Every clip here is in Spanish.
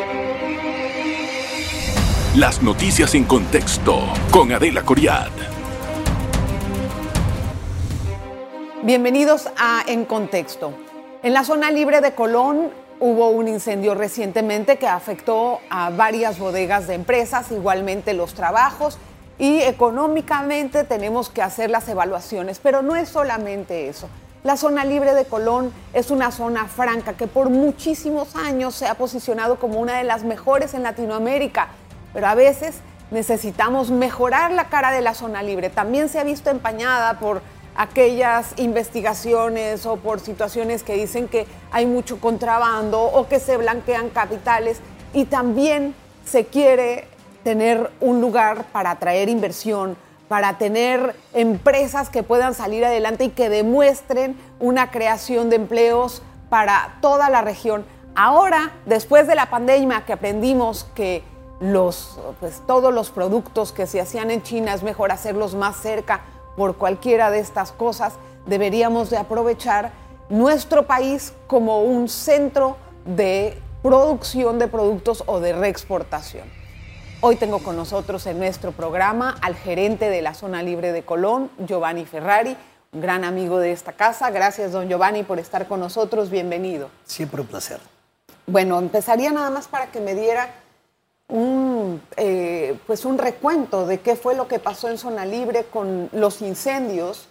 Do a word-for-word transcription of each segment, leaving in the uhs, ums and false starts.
Las noticias en contexto con Adela Coriad. Bienvenidos a En Contexto. En la zona libre de Colón hubo un incendio recientemente que afectó a varias bodegas de empresas, igualmente los trabajos, y económicamente tenemos que hacer las evaluaciones, pero no es solamente eso. La zona libre de Colón es una zona franca que por muchísimos años se ha posicionado como una de las mejores en Latinoamérica, pero a veces necesitamos mejorar la cara de la zona libre. También se ha visto empañada por aquellas investigaciones o por situaciones que dicen que hay mucho contrabando o que se blanquean capitales, y también se quiere tener un lugar para atraer inversión, para tener empresas que puedan salir adelante y que demuestren una creación de empleos para toda la región. Ahora, después de la pandemia, que aprendimos que los, pues, todos los productos que se hacían en China es mejor hacerlos más cerca por cualquiera de estas cosas, deberíamos de aprovechar nuestro país como un centro de producción de productos o de reexportación. Hoy tengo con nosotros en nuestro programa al gerente de la Zona Libre de Colón, Giovanni Ferrari, un gran amigo de esta casa. Gracias, don Giovanni, por estar con nosotros. Bienvenido. Siempre un placer. Bueno, empezaría nada más para que me diera un, eh, pues un recuento de qué fue lo que pasó en Zona Libre con los incendios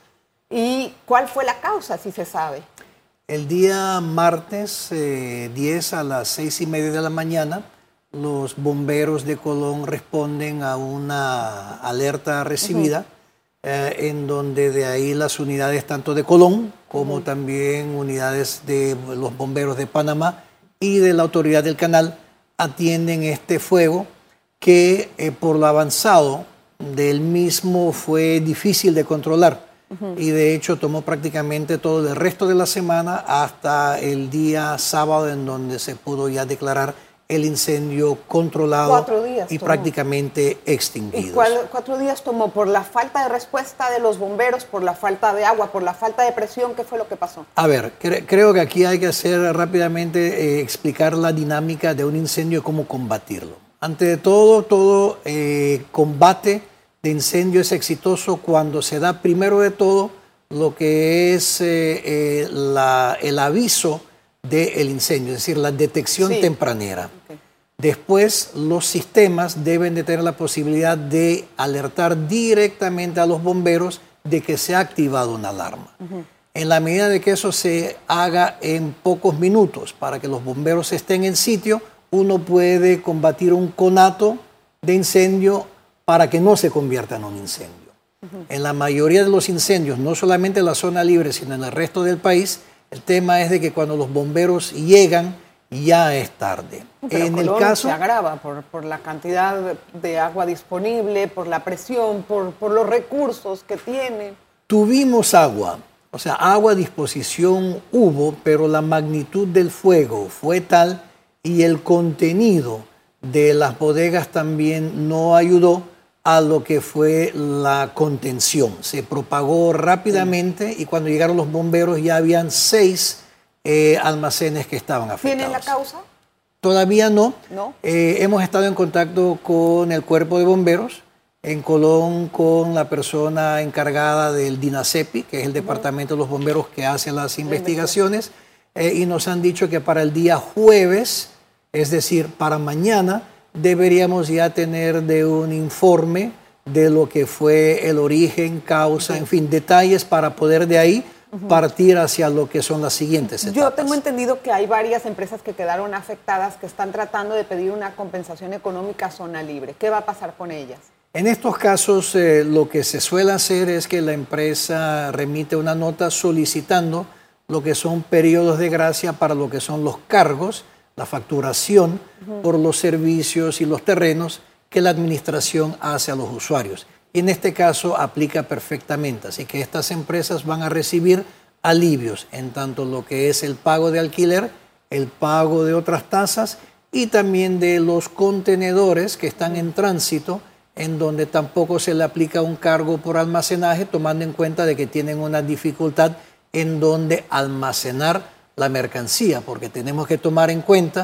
y cuál fue la causa, si se sabe. El día martes eh, diez a las seis y media de la mañana, los bomberos de Colón responden a una alerta recibida, uh-huh. eh, en donde de ahí las unidades tanto de Colón como uh-huh. también unidades de los bomberos de Panamá y de la autoridad del canal atienden este fuego que eh, por lo avanzado del mismo fue difícil de controlar. Uh-huh. Y de hecho tomó prácticamente todo el resto de la semana hasta el día sábado, en donde se pudo ya declarar el incendio controlado cuatro días y tomó. prácticamente extinguido. ¿Y cuál, cuatro días tomó? ¿Por la falta de respuesta de los bomberos, por la falta de agua, por la falta de presión? ¿Qué fue lo que pasó? A ver, cre- creo que aquí hay que hacer rápidamente, eh, explicar la dinámica de un incendio y cómo combatirlo. Ante de todo, todo eh, combate de incendio es exitoso cuando se da primero de todo lo que es eh, eh, la, el aviso del incendio, es decir, la detección sí. tempranera. Okay. Después, los sistemas deben de tener la posibilidad de alertar directamente a los bomberos de que se ha activado una alarma. Uh-huh. En la medida de que eso se haga en pocos minutos, para que los bomberos estén en sitio, uno puede combatir un conato de incendio para que no se convierta en un incendio. Uh-huh. En la mayoría de los incendios, no solamente en la zona libre, sino en el resto del país, el tema es de que cuando los bomberos llegan, ya es tarde. Pero en Colón el caso se agrava por, por la cantidad de agua disponible, por la presión, por, por los recursos que tiene. Tuvimos agua, o sea, agua a disposición hubo, pero la magnitud del fuego fue tal y el contenido de las bodegas también no ayudó a lo que fue la contención. Se propagó rápidamente sí. y cuando llegaron los bomberos ya habían seis eh, almacenes que estaban afectados. ¿Tienen la causa? Todavía no. ¿No? Eh, hemos estado en contacto con el cuerpo de bomberos en Colón, con la persona encargada del DINASEPI, que es el uh-huh. departamento de los bomberos que hace las investigaciones, eh, y nos han dicho que para el día jueves, es decir, para mañana, deberíamos ya tener de un informe de lo que fue el origen, causa, sí. en fin, detalles para poder de ahí uh-huh. partir hacia lo que son las siguientes etapas. Yo tengo entendido que hay varias empresas que quedaron afectadas que están tratando de pedir una compensación económica a Zona Libre. ¿Qué va a pasar con ellas? En estos casos, eh, lo que se suele hacer es que la empresa remite una nota solicitando lo que son periodos de gracia para lo que son los cargos, la facturación uh-huh. por los servicios y los terrenos que la administración hace a los usuarios. Y en este caso aplica perfectamente. Así que estas empresas van a recibir alivios en tanto lo que es el pago de alquiler, el pago de otras tasas y también de los contenedores que están en tránsito, en donde tampoco se le aplica un cargo por almacenaje, tomando en cuenta de que tienen una dificultad en donde almacenar la mercancía, porque tenemos que tomar en cuenta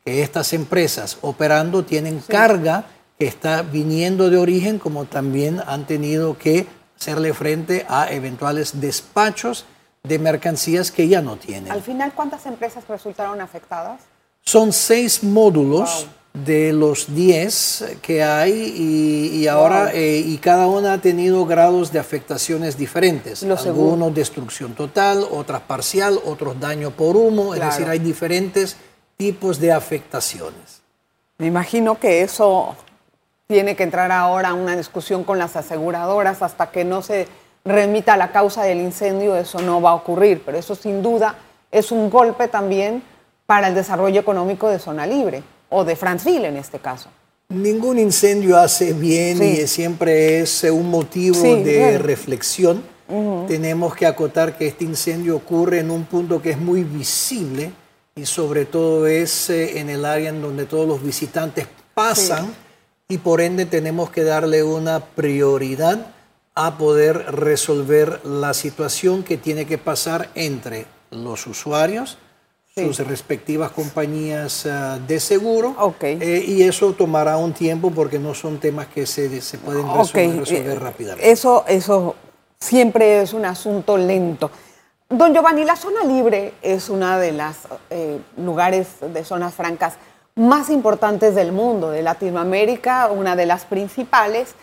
que estas empresas operando tienen sí. carga que está viniendo de origen, como también han tenido que hacerle frente a eventuales despachos de mercancías que ya no tienen. Al final, ¿cuántas empresas resultaron afectadas? Son seis módulos wow. de los diez que hay y, y ahora wow. eh, y cada una ha tenido grados de afectaciones diferentes. Lo Algunos seguro. destrucción total, otras parcial, otros daño por humo. Claro. Es decir, hay diferentes tipos de afectaciones. Me imagino que eso tiene que entrar ahora a una discusión con las aseguradoras hasta que no se remita la causa del incendio. Eso no va a ocurrir, pero eso sin duda es un golpe también para el desarrollo económico de Zona Libre, o de Franceville en este caso. Ningún incendio hace bien sí. y siempre es un motivo sí, de bien. reflexión. Uh-huh. Tenemos que acotar que este incendio ocurre en un punto que es muy visible y sobre todo es eh, en el área en donde todos los visitantes pasan sí. y por ende tenemos que darle una prioridad a poder resolver la situación que tiene que pasar entre los usuarios, sí. sus respectivas compañías uh, de seguro, okay. eh, y eso tomará un tiempo porque no son temas que se, se pueden resolver, okay. resolver eh, rápidamente. Eso, eso siempre es un asunto lento. Don Giovanni, la Zona Libre es una de las eh, lugares de zonas francas más importantes del mundo, de Latinoamérica, una de las principales,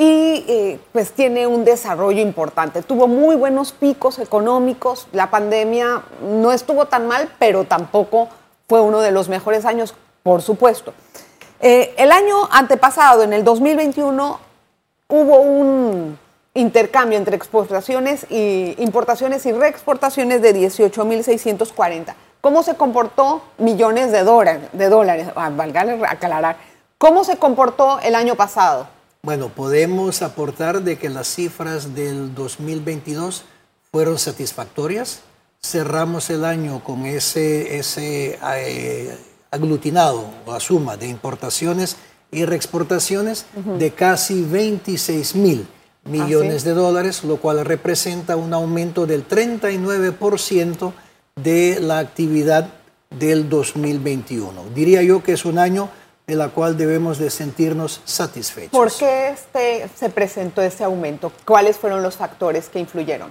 y eh, pues tiene un desarrollo importante. Tuvo muy buenos picos económicos, la pandemia no estuvo tan mal, pero tampoco fue uno de los mejores años, por supuesto. Eh, el año antepasado, en el dos mil veintiuno, hubo un intercambio entre exportaciones y importaciones y reexportaciones de dieciocho mil seiscientos cuarenta. ¿Cómo se comportó millones de dólares? De dólares ah, valga aclarar. ¿Cómo se comportó el año pasado? Bueno, podemos aportar de que las cifras del dos mil veintidós fueron satisfactorias. Cerramos el año con ese, ese eh, aglutinado o la suma de importaciones y reexportaciones uh-huh. de casi veintiséis mil millones ¿Ah, sí? de dólares, lo cual representa un aumento del treinta y nueve por ciento de la actividad del dos mil veintiuno. Diría yo que es un año de la cual debemos de sentirnos satisfechos. ¿Por qué este, se presentó ese aumento? ¿Cuáles fueron los factores que influyeron?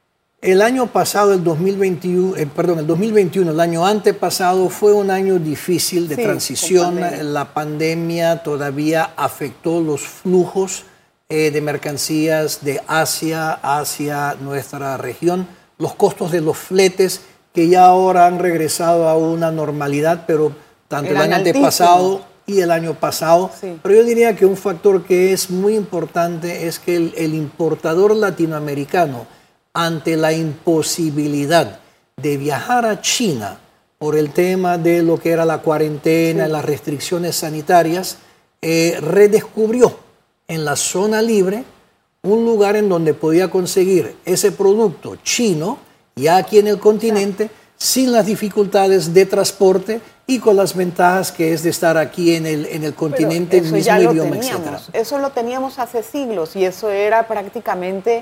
El año pasado, el dos mil veintiuno, eh, perdón, el dos mil veintiuno, el año antepasado, fue un año difícil de sí, transición. Pandemia. La pandemia todavía afectó los flujos eh, de mercancías de Asia hacia nuestra región. Los costos de los fletes, que ya ahora han regresado a una normalidad, pero tanto el, el año antepasado y el año pasado. Sí. Pero yo diría que un factor que es muy importante es que el, el importador latinoamericano, ante la imposibilidad de viajar a China por el tema de lo que era la cuarentena, sí. las restricciones sanitarias, eh, redescubrió en la Zona Libre un lugar en donde podía conseguir ese producto chino ya aquí en el continente, claro. sin las dificultades de transporte y con las ventajas que es de estar aquí en el, en el continente, el mismo idioma, etcétera. Eso lo teníamos hace siglos y eso era prácticamente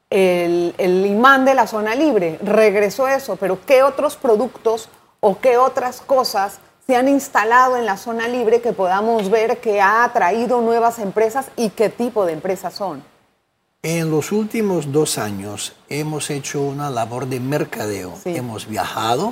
el, el imán de la Zona Libre. Regresó eso, pero ¿qué otros productos o qué otras cosas se han instalado en la Zona Libre que podamos ver que ha atraído nuevas empresas y qué tipo de empresas son? En los últimos dos años hemos hecho una labor de mercadeo. Sí. Hemos viajado,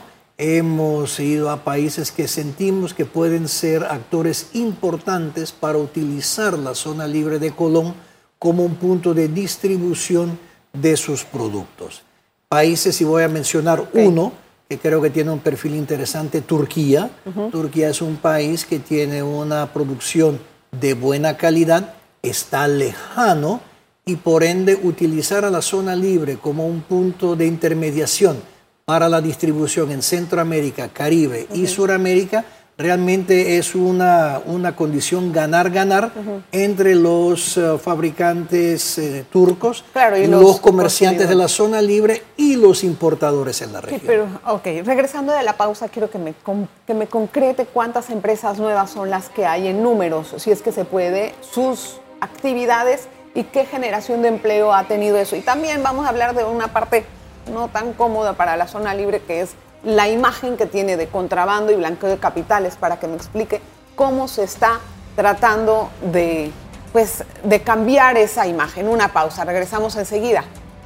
hemos ido a países que sentimos que pueden ser actores importantes para utilizar la Zona Libre de Colón como un punto de distribución de sus productos. Países, y voy a mencionar okay. uno, que creo que tiene un perfil interesante, Turquía. Uh-huh. Turquía es un país que tiene una producción de buena calidad, está lejano, y por ende utilizar a la Zona Libre como un punto de intermediación para la distribución en Centroamérica, Caribe uh-huh. y Suramérica, realmente es una, una condición ganar-ganar uh-huh. entre los uh, fabricantes uh, turcos, claro, y los, los comerciantes de la Zona Libre y los importadores en la región. Sí, pero, ok, regresando de la pausa, quiero que me, que me concrete cuántas empresas nuevas son las que hay en números, si es que se puede, sus actividades y qué generación de empleo ha tenido eso. Y también vamos a hablar de una parte no tan cómoda para la Zona Libre, que es la imagen que tiene de contrabando y blanqueo de capitales para que me explique cómo se está tratando de, pues, de cambiar esa imagen. Una pausa, regresamos enseguida.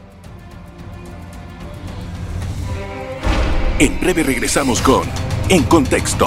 En breve regresamos con En Contexto.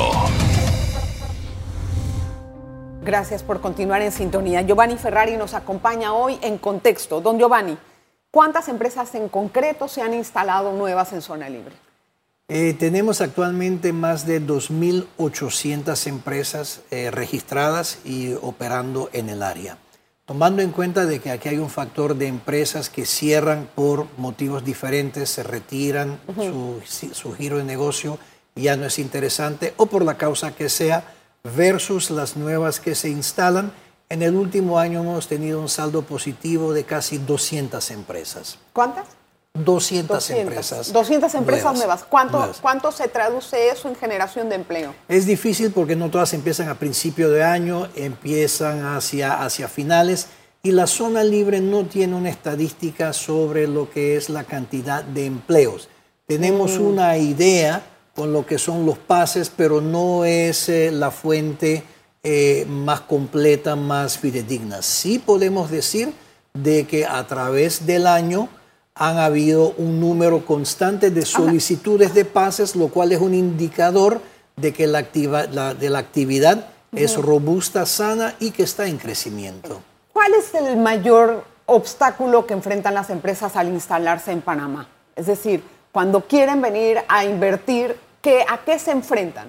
Gracias por continuar en sintonía. Giovanni Ferrari nos acompaña hoy en Contexto. Don Giovanni, ¿cuántas empresas en concreto se han instalado nuevas en zona libre? Eh, tenemos actualmente más de dos mil ochocientas empresas eh, registradas y operando en el área. Tomando en cuenta de que aquí hay un factor de empresas que cierran por motivos diferentes, se retiran, uh-huh. su, su giro de negocio ya no es interesante o por la causa que sea, versus las nuevas que se instalan. En el último año hemos tenido un saldo positivo de casi doscientas empresas. ¿Cuántas? doscientas, doscientas empresas. doscientas empresas nuevas. nuevas. ¿Cuánto, nuevas. ¿Cuánto se traduce eso en generación de empleo? Es difícil porque no todas empiezan a principio de año, empiezan hacia, hacia finales y la zona libre no tiene una estadística sobre lo que es la cantidad de empleos. Tenemos mm. una idea con lo que son los pases, pero no es eh, la fuente eh, más completa, más fidedigna. Sí podemos decir de que a través del año han habido un número constante de solicitudes Ajá. de pases, lo cual es un indicador de que la, activa, la, de la actividad uh-huh. es robusta, sana y que está en crecimiento. ¿Cuál es el mayor obstáculo que enfrentan las empresas al instalarse en Panamá? Es decir, cuando quieren venir a invertir, ¿qué, ¿a qué se enfrentan?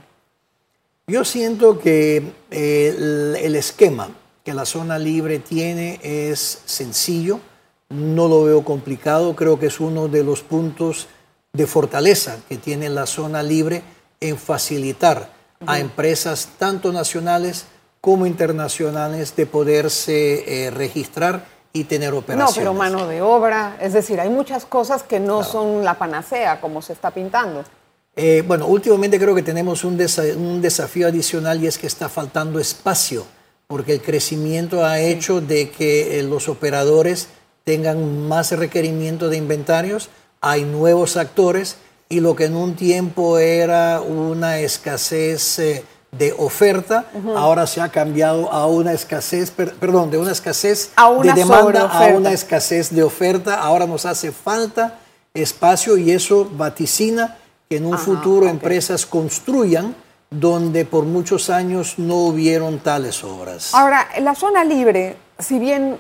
Yo siento que eh, el, el esquema que la zona libre tiene es sencillo, no lo veo complicado, creo que es uno de los puntos de fortaleza que tiene la zona libre en facilitar uh-huh. a empresas tanto nacionales como internacionales de poderse eh, registrar y tener operaciones. No, pero mano de obra, es decir, hay muchas cosas que no claro. son la panacea como se está pintando. Eh, bueno, últimamente creo que tenemos un, desa- un desafío adicional y es que está faltando espacio, porque el crecimiento ha hecho sí. de que eh, los operadores tengan más requerimiento de inventarios, hay nuevos actores y lo que en un tiempo era una escasez eh, de oferta, uh-huh. ahora se ha cambiado a una escasez, per, perdón, de una escasez a una de demanda a una escasez de oferta. Ahora nos hace falta espacio y eso vaticina que en un Ajá, futuro okay. empresas construyan donde por muchos años no hubieron tales obras. Ahora, la zona libre, si bien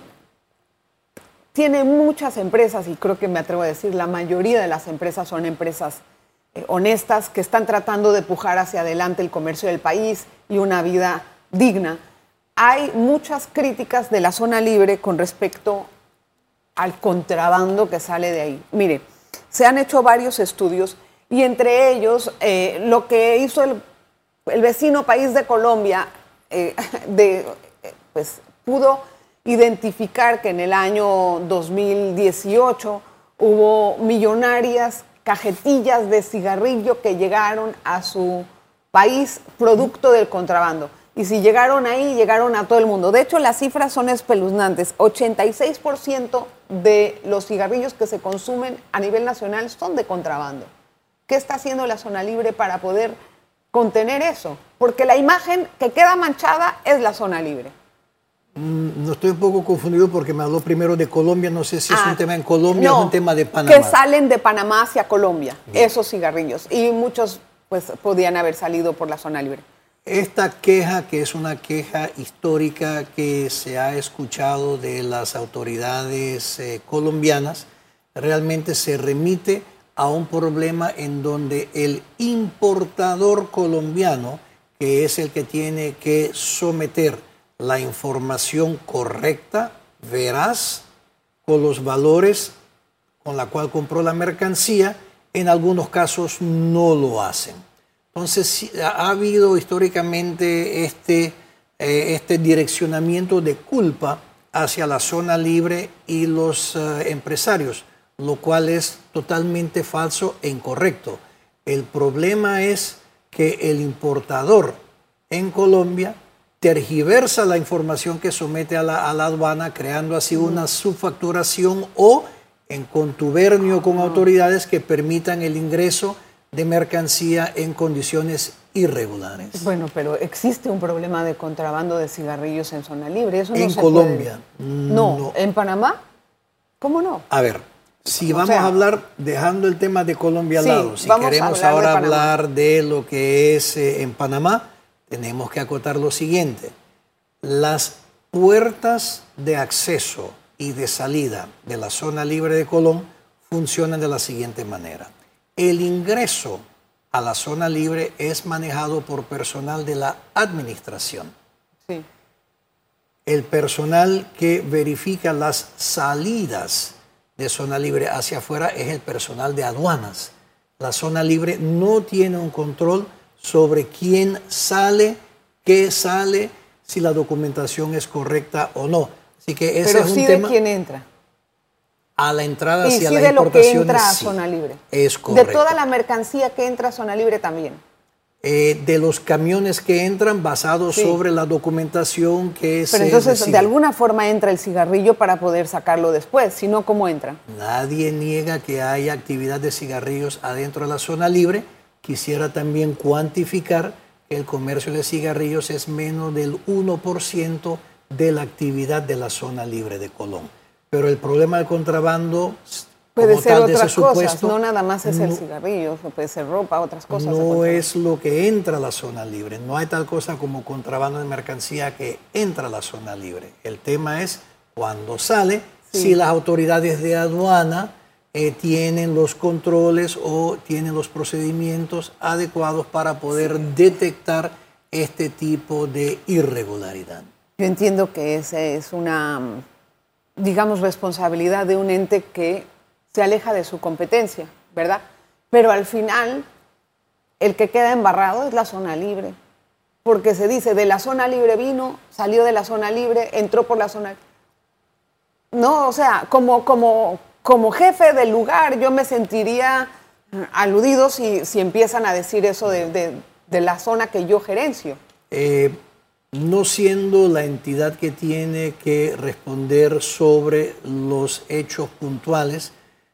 tiene muchas empresas, y creo que me atrevo a decir, la mayoría de las empresas son empresas eh, honestas que están tratando de pujar hacia adelante el comercio del país y una vida digna. Hay muchas críticas de la zona libre con respecto al contrabando que sale de ahí. Mire, se han hecho varios estudios y entre ellos eh, lo que hizo el, el vecino país de Colombia, eh, de, pues pudo identificar que en el año dos mil dieciocho hubo millonarias cajetillas de cigarrillo que llegaron a su país producto del contrabando. Y si llegaron ahí, llegaron a todo el mundo. De hecho, las cifras son espeluznantes. ochenta y seis por ciento de los cigarrillos que se consumen a nivel nacional son de contrabando. ¿Qué está haciendo la zona libre para poder contener eso? Porque la imagen que queda manchada es la zona libre. No, estoy un poco confundido porque me habló primero de Colombia, no sé si ah, es un tema en Colombia no, o es un tema de Panamá. Que salen de Panamá hacia Colombia, Bien. esos cigarrillos, y muchos pues podían haber salido por la zona libre. Esta queja, que es una queja histórica que se ha escuchado de las autoridades eh, colombianas, realmente se remite a un problema en donde el importador colombiano, que es el que tiene que someter la información correcta, veraz, con los valores con la cual compró la mercancía, en algunos casos no lo hacen. Entonces ha habido históricamente este, eh, este direccionamiento de culpa hacia la zona libre y los eh, empresarios, lo cual es totalmente falso e incorrecto. El problema es que el importador en Colombia tergiversa la información que somete a la, a la aduana, creando así una subfacturación o en contubernio con autoridades que permitan el ingreso de mercancía en condiciones irregulares. Bueno, pero existe un problema de contrabando de cigarrillos en zona libre. Eso no en se Colombia. Puede... No. no. ¿En Panamá? ¿Cómo no? A ver, si o vamos sea, a hablar, dejando el tema de Colombia al sí, lado, si vamos queremos a hablar ahora de hablar de lo que es eh, en Panamá, tenemos que acotar lo siguiente. Las puertas de acceso y de salida de la zona libre de Colón funcionan de la siguiente manera. El ingreso a la zona libre es manejado por personal de la administración. Sí. El personal que verifica las salidas de zona libre hacia afuera es el personal de aduanas. La zona libre no tiene un control sobre quién sale, qué sale, si la documentación es correcta o no. Así que ese Pero es un sí tema. de quién entra. A la entrada Y hacia sí la de lo que importación. entra a Sí, zona libre. es correcto. De toda la mercancía que entra a zona libre también. Eh, de los camiones que entran basados Sí. sobre la documentación que se Pero entonces, recibe. de alguna forma entra el cigarrillo para poder sacarlo después. Si no, ¿cómo entra? Nadie niega que haya actividad de cigarrillos adentro de la zona libre. Quisiera también cuantificar que el comercio de cigarrillos es menos del uno por ciento de la actividad de la zona libre de Colón. Pero el problema del contrabando, Puede como ser tal de ese otras cosas, supuesto, no nada más es el no- cigarrillo, puede ser ropa, otras cosas. de no contrabando. es lo que entra a la zona libre. No hay tal cosa como contrabando de mercancía que entra a la zona libre. El tema es cuando sale, Sí. si las autoridades de aduana eh, tienen los controles o tienen los procedimientos adecuados para poder detectar este tipo de irregularidad. Yo entiendo que esa es una, digamos, responsabilidad de un ente que se aleja de su competencia, ¿verdad? Pero al final, el que queda embarrado es la zona libre. Porque se dice, de la zona libre vino, salió de la zona libre, entró por la zona... No, o sea, como, como, como jefe del lugar, yo me sentiría aludido si, si empiezan a decir eso de, de, de la zona que yo gerencio. Eh, no siendo la entidad que tiene que responder sobre los hechos puntuales,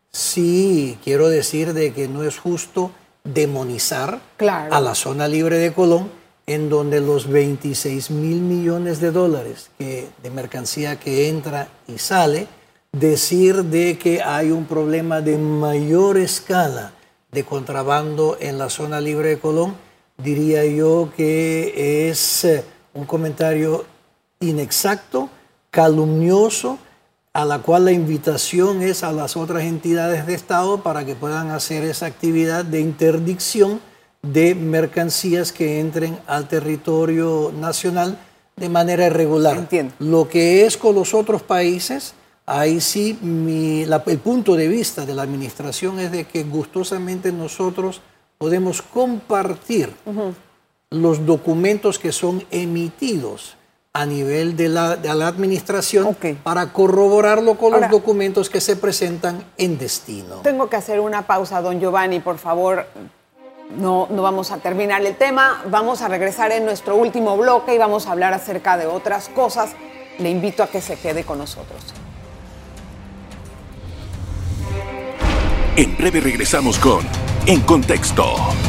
sí quiero decir de que no es justo demonizar Claro. a la zona libre de Colón, en donde los veintiséis mil millones de dólares que, de mercancía que entra y sale, decir de que hay un problema de mayor escala de contrabando en la zona libre de Colón, diría yo que es eh, un comentario inexacto, calumnioso, a la cual la invitación es a las otras entidades de Estado para que puedan hacer esa actividad de interdicción de mercancías que entren al territorio nacional de manera irregular. Entiendo. Lo que es con los otros países, ahí sí mi, la, el punto de vista de la administración es de que gustosamente nosotros podemos compartir uh-huh. los documentos que son emitidos a nivel de la, de la administración okay. para corroborarlo con Ahora, los documentos que se presentan en destino. Tengo que hacer una pausa, don Giovanni, por favor. No, no vamos a terminar el tema, vamos a regresar en nuestro último bloque y vamos a hablar acerca de otras cosas. Le invito a que se quede con nosotros. En breve regresamos con En Contexto.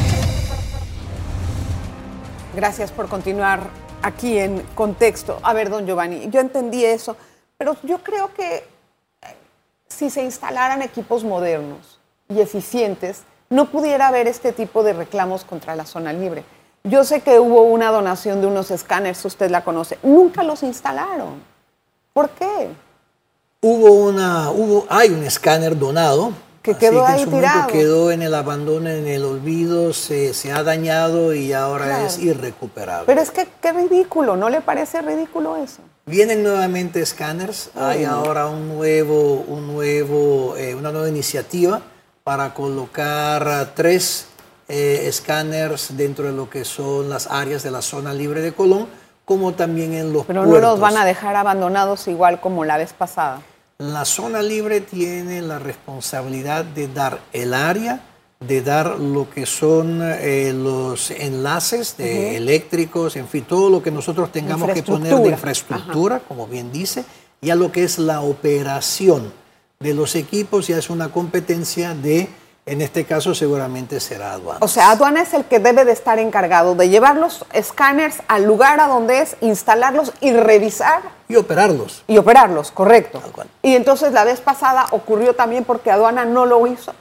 Gracias por continuar aquí en Contexto. A ver, don Giovanni, yo entendí eso, pero yo creo que si se instalaran equipos modernos y eficientes, no pudiera haber este tipo de reclamos contra la zona libre. Yo sé que hubo una donación de unos escáneres, usted la conoce. Nunca los instalaron. ¿Por qué? Hubo una, hubo, hay un escáner donado. Que quedó así que ahí en su momento tirado. Quedó en el abandono, en el olvido, se, se ha dañado y ahora claro. es irrecuperable. Pero es que qué ridículo, ¿no le parece ridículo eso? Vienen nuevamente escáneres, oh. hay ahora un nuevo, un nuevo, eh, una nueva iniciativa para colocar tres eh, escáneres dentro de lo que son las áreas de la zona libre de Colón, como también en los Pero puertos. no los van a dejar abandonados igual como la vez pasada. La zona libre tiene la responsabilidad de dar el área, de dar lo que son eh, los enlaces de uh-huh. eléctricos, en fin, todo lo que nosotros tengamos que poner de infraestructura, Ajá. como bien dice, y a lo que es la operación de los equipos ya es una competencia de En este caso seguramente será aduana. O sea, aduana es el que debe de estar encargado de llevar los escáneres al lugar a donde es, instalarlos y revisar. Y operarlos. Y operarlos, correcto. Y entonces la vez pasada ocurrió también porque aduana no lo hizo.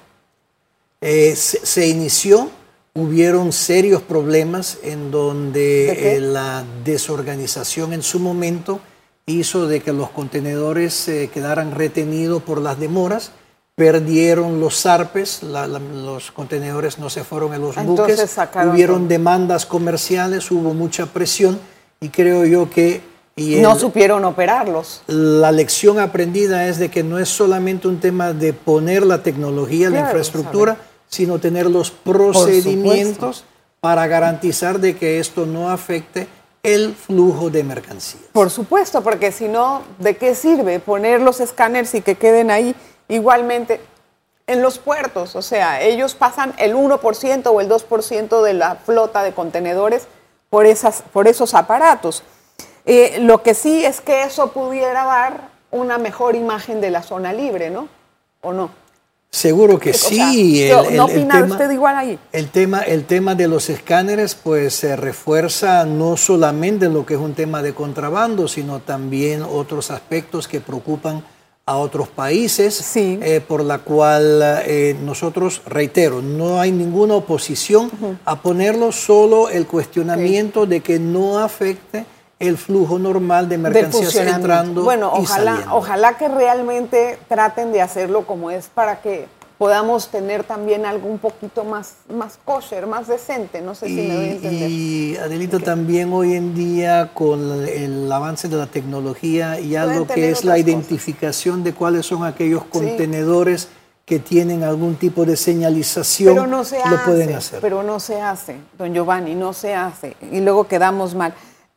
Eh, se, se inició, hubieron serios problemas en donde eh, la desorganización en su momento hizo de que los contenedores eh, quedaran retenidos por las demoras. Perdieron los zarpes, la, la, los contenedores no se fueron en los Entonces, buques, sacaron hubieron todo. demandas comerciales, hubo mucha presión y creo yo que... Y no el, supieron operarlos. La lección aprendida es de que no es solamente un tema de poner la tecnología, claro, la infraestructura, sabe. sino tener los procedimientos para garantizar de que esto no afecte el flujo de mercancías. Por supuesto, porque si no, ¿de qué sirve poner los escáneres y que queden ahí? Igualmente, en los puertos, o sea, ellos pasan el uno por ciento o el dos por ciento de la flota de contenedores por, esas, por esos aparatos. Eh, lo que sí es que eso pudiera dar una mejor imagen de la zona libre, ¿no? ¿O no? Seguro que o sí. Sea, el, ¿No el, opina el tema, usted igual ahí? El tema, el tema de los escáneres pues se refuerza no solamente en lo que es un tema de contrabando, sino también otros aspectos que preocupan a otros países, sí. eh, por la cual eh, nosotros, reitero, no hay ninguna oposición uh-huh. a ponerlo, solo el cuestionamiento okay. de que no afecte el flujo normal de mercancías entrando bueno, y ojalá, saliendo. Ojalá que realmente traten de hacerlo como es para que podamos tener también algo un poquito más, más kosher, más decente, no sé si y, me doy a entender. Y Adelita, okay. también hoy en día con el avance de la tecnología y algo que es la identificación cosas. de cuáles son aquellos contenedores sí. que tienen algún tipo de señalización, pero no se lo hace, pueden hacer. Pero no se hace, don Giovanni, no se hace. Y luego quedamos mal.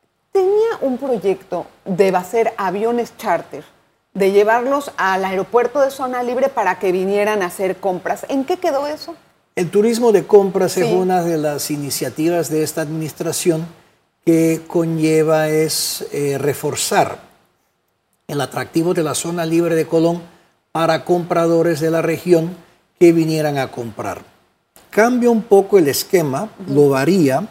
Tenía un proyecto de hacer aviones charter, de llevarlos al aeropuerto de Zona Libre para que vinieran a hacer compras. ¿En qué quedó eso? El turismo de compras sí. es una de las iniciativas de esta administración que conlleva es eh, reforzar el atractivo de la Zona Libre de Colón para compradores de la región que vinieran a comprar. Cambia un poco el esquema, uh-huh. lo varía,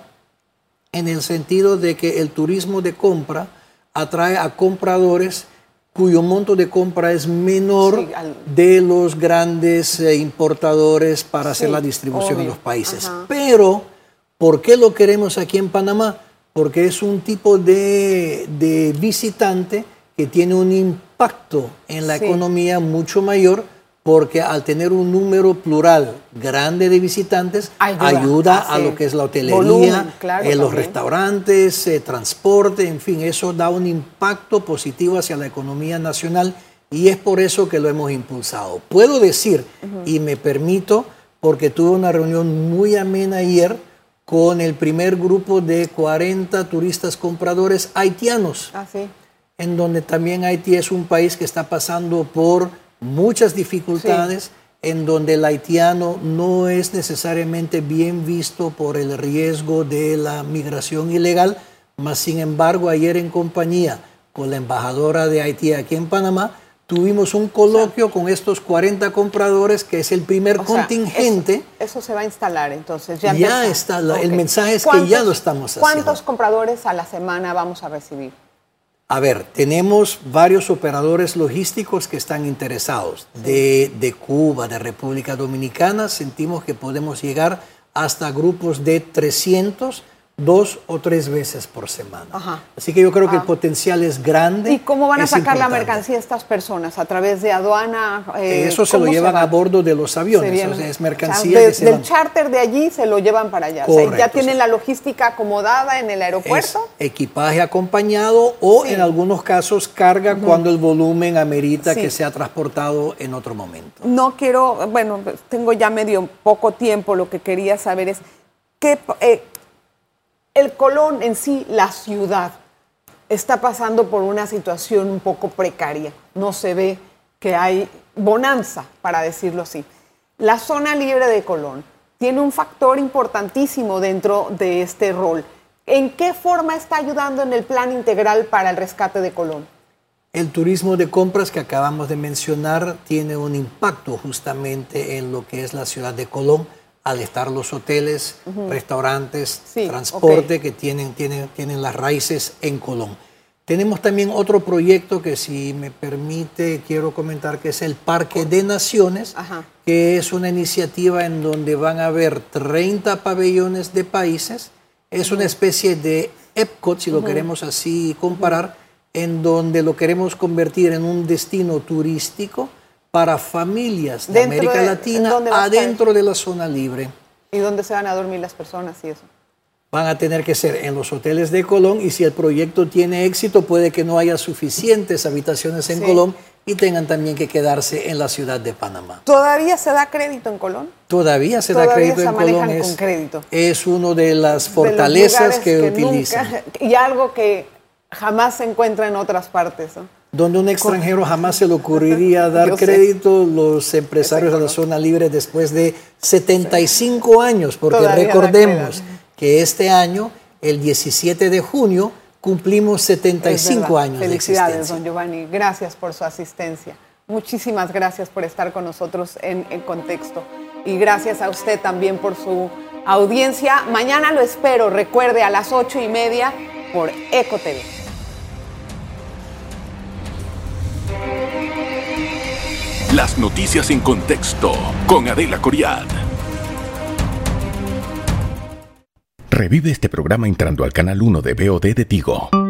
en el sentido de que el turismo de compra atrae a compradores cuyo monto de compra es menor sí, al... de los grandes eh, importadores para sí, hacer la distribución obvio. en los países. Ajá. Pero, ¿por qué lo queremos aquí en Panamá? Porque es un tipo de, de visitante que tiene un impacto en la sí. economía mucho mayor, porque al tener un número plural grande de visitantes, ayuda, ayuda a lo que es la hotelería, Volumen, claro, eh, los restaurantes, eh, transporte, en fin, eso da un impacto positivo hacia la economía nacional y es por eso que lo hemos impulsado. Puedo decir, uh-huh. y me permito, porque tuve una reunión muy amena ayer con el primer grupo de cuarenta turistas compradores haitianos, ah, ¿sí? en donde también Haití es un país que está pasando por muchas dificultades, sí. en donde el haitiano no es necesariamente bien visto por el riesgo de la migración ilegal, mas sin embargo ayer en compañía con la embajadora de Haití aquí en Panamá, tuvimos un coloquio o sea, con estos cuarenta compradores, que es el primer o contingente. Sea, eso, eso se va a instalar entonces. Ya, ya está, okay. El mensaje es que ya lo estamos haciendo. ¿Cuántos compradores a la semana vamos a recibir? A ver, tenemos varios operadores logísticos que están interesados. Sí. De, de Cuba, de República Dominicana, sentimos que podemos llegar hasta grupos de trescientos, dos o tres veces por semana. Ajá. Así que yo creo que ah. el potencial es grande. ¿Y cómo van a sacar importante. la mercancía estas personas? ¿A través de aduana? Eh, Eso se lo llevan se a bordo de los aviones. O sea, es mercancía. O sea, de, que se del van. charter de allí se lo llevan para allá. Correcto, o sea, ya tienen sí. la logística acomodada en el aeropuerto. Es equipaje acompañado o sí. en algunos casos carga uh-huh. cuando el volumen amerita sí. que sea transportado en otro momento. No quiero, bueno, tengo ya medio poco tiempo. Lo que quería saber es qué... Eh, El Colón en sí, la ciudad, está pasando por una situación un poco precaria. No se ve que hay bonanza, para decirlo así. La zona libre de Colón tiene un factor importantísimo dentro de este rol. ¿En qué forma está ayudando en el plan integral para el rescate de Colón? El turismo de compras que acabamos de mencionar tiene un impacto justamente en lo que es la ciudad de Colón, al estar los hoteles, uh-huh. restaurantes, sí, transporte okay. que tienen, tienen, tienen las raíces en Colón. Tenemos también otro proyecto que, si me permite, quiero comentar, que es el Parque de Naciones, Ajá. que es una iniciativa en donde van a haber treinta pabellones de países. Es uh-huh. una especie de Epcot, si lo uh-huh. queremos así comparar, uh-huh. en donde lo queremos convertir en un destino turístico para familias de Dentro América de, Latina adentro de la zona libre. ¿Y dónde se van a dormir las personas y eso? Van a tener que ser en los hoteles de Colón, y si el proyecto tiene éxito, puede que no haya suficientes habitaciones en sí. Colón y tengan también que quedarse en la ciudad de Panamá. ¿Todavía se da crédito en Colón? Todavía se Todavía da crédito se en Colón. Con es, crédito. es uno de las fortalezas de que, que utilizan. Nunca, y algo que jamás se encuentra en otras partes, ¿no? Donde un extranjero jamás se le ocurriría dar crédito, los empresarios de la zona libre, después de setenta y cinco años, porque Todavía recordemos que este año, el diecisiete de junio, cumplimos setenta y cinco años de existencia. Felicidades, don Giovanni. Gracias por su asistencia. Muchísimas gracias por estar con nosotros en, en Contexto. Y gracias a usted también por su audiencia. Mañana lo espero, recuerde, a las ocho y media por Eco T V. Las noticias en contexto con Adela Coriad. Revive este programa entrando al canal uno de V O D de Tigo.